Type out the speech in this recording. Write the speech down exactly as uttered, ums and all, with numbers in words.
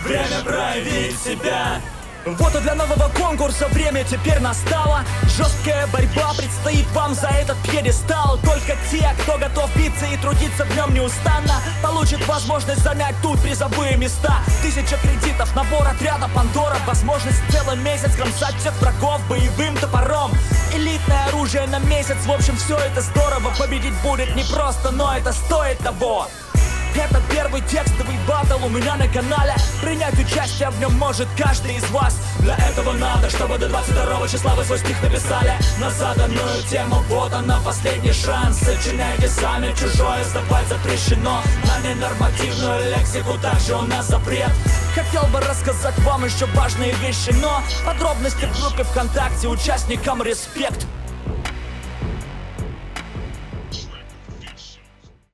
время проявить себя. Вот и для нового конкурса время теперь настало. Жесткая борьба предстоит вам за этот пьедестал. Только те, кто готов биться и трудиться в нем неустанно, получит возможность занять тут призовые места. Тысяча кредитов, набор отряда Пандора, возможность целый месяц кромсать всех врагов боевым топором. Элитное оружие на месяц, в общем, все это здорово. Победить будет непросто, но это стоит того. Это первый текстовый баттл у меня на канале. Принять участие в нем может каждый из вас. Для этого надо, чтобы до двадцать второго числа вы свой стих написали на заданную тему. Вот она, последний шанс. Сочиняйте сами, чужое сдавать запрещено. На ненормативную лексику также у нас запрет. Хотел бы рассказать вам еще важные вещи, но подробности в группе ВКонтакте участникам респект.